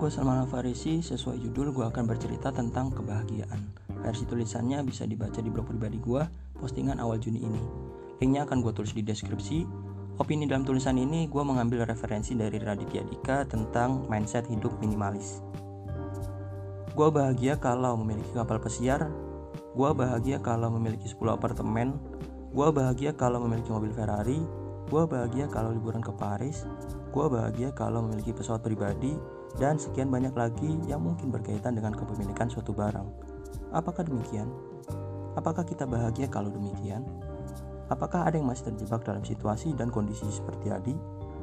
gue Salman Al-Farisi. Sesuai judul, gue akan bercerita tentang kebahagiaan. Versi tulisannya bisa dibaca di blog pribadi gue, postingan awal Juni ini. Linknya akan gue tulis di deskripsi. Opini dalam tulisan ini gue mengambil referensi dari Raditya Dika tentang mindset hidup minimalis. Gue bahagia kalau memiliki kapal pesiar. Gue bahagia kalau memiliki 10 apartemen. Gue bahagia kalau memiliki mobil Ferrari. Gue bahagia kalau liburan ke Paris. Gue bahagia kalau memiliki pesawat pribadi. Dan sekian banyak lagi yang mungkin berkaitan dengan kepemilikan suatu barang. Apakah demikian? Apakah kita bahagia kalau demikian? Apakah ada yang masih terjebak dalam situasi dan kondisi seperti tadi?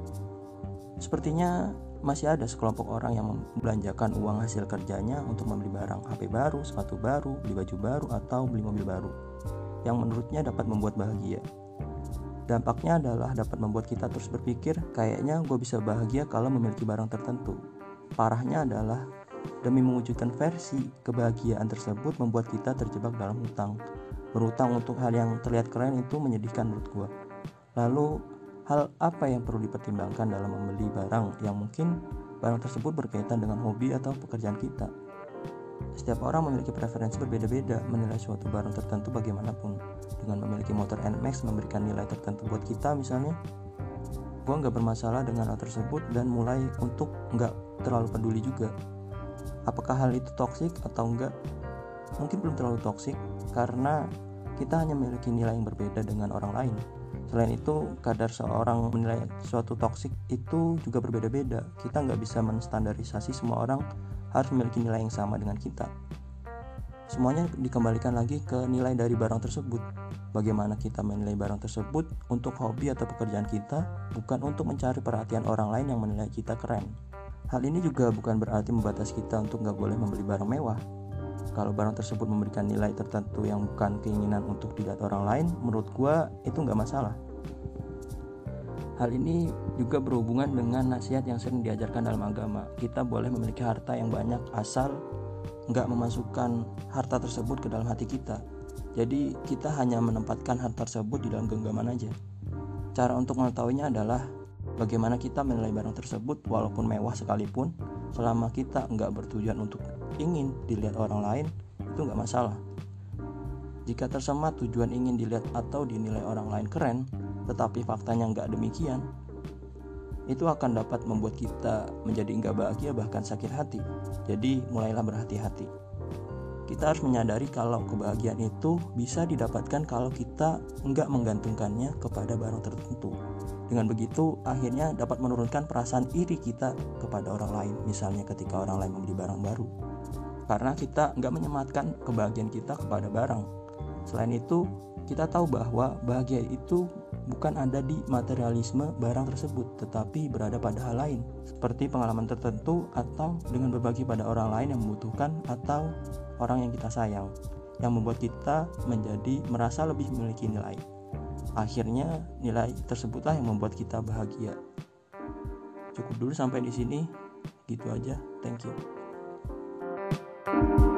Sepertinya masih ada sekelompok orang yang membelanjakan uang hasil kerjanya untuk membeli barang, HP baru, sepatu baru, beli baju baru, atau beli mobil baru, yang menurutnya dapat membuat bahagia. Dampaknya adalah dapat membuat kita terus berpikir, kayaknya gue bisa bahagia kalau memiliki barang tertentu. Parahnya adalah, demi mewujudkan versi kebahagiaan tersebut membuat kita terjebak dalam hutang. Berhutang untuk hal yang terlihat keren itu menyedihkan menurut gue. Lalu, hal apa yang perlu dipertimbangkan dalam membeli barang yang mungkin barang tersebut berkaitan dengan hobi atau pekerjaan kita? Setiap orang memiliki preferensi berbeda-beda menilai suatu barang tertentu bagaimanapun. Dengan memiliki motor NMAX memberikan nilai tertentu buat kita misalnya, gue gak bermasalah dengan hal tersebut dan mulai untuk gak terlalu peduli juga. Apakah hal itu toksik atau enggak? Mungkin belum terlalu toksik karena kita hanya memiliki nilai yang berbeda dengan orang lain. Selain itu, kadar seorang menilai suatu toksik itu juga berbeda-beda. Kita nggak bisa menstandarisasi semua orang harus memiliki nilai yang sama dengan kita. Semuanya dikembalikan lagi ke nilai dari barang tersebut. Bagaimana kita menilai barang tersebut untuk hobi atau pekerjaan kita, bukan untuk mencari perhatian orang lain yang menilai kita keren. Hal ini juga bukan berarti membatasi kita untuk nggak boleh membeli barang mewah. Kalau barang tersebut memberikan nilai tertentu yang bukan keinginan untuk dilihat orang lain, menurut gue itu nggak masalah. Hal ini juga berhubungan dengan nasihat yang sering diajarkan dalam agama. Kita boleh memiliki harta yang banyak asal nggak memasukkan harta tersebut ke dalam hati kita. Jadi kita hanya menempatkan harta tersebut di dalam genggaman aja. Cara untuk mengetahuinya adalah bagaimana kita menilai barang tersebut walaupun mewah sekalipun. Selama kita nggak bertujuan untuk ingin dilihat orang lain, itu nggak masalah. Jika tersama tujuan ingin dilihat atau dinilai orang lain keren, tetapi faktanya nggak demikian, itu akan dapat membuat kita menjadi nggak bahagia bahkan sakit hati. Jadi mulailah berhati-hati. Kita harus menyadari kalau kebahagiaan itu bisa didapatkan kalau kita nggak menggantungkannya kepada barang tertentu. Dengan begitu, akhirnya dapat menurunkan perasaan iri kita kepada orang lain. Misalnya ketika orang lain membeli barang baru. Karena kita nggak menyematkan kebahagiaan kita kepada barang. Selain itu, kita tahu bahwa bahagia itu bukan ada di materialisme barang tersebut, tetapi berada pada hal lain. Seperti pengalaman tertentu atau dengan berbagi pada orang lain yang membutuhkan atau orang yang kita sayang, yang membuat kita menjadi merasa lebih memiliki nilai. Akhirnya nilai tersebutlah yang membuat kita bahagia. Cukup dulu sampai di sini, gitu aja. Thank you.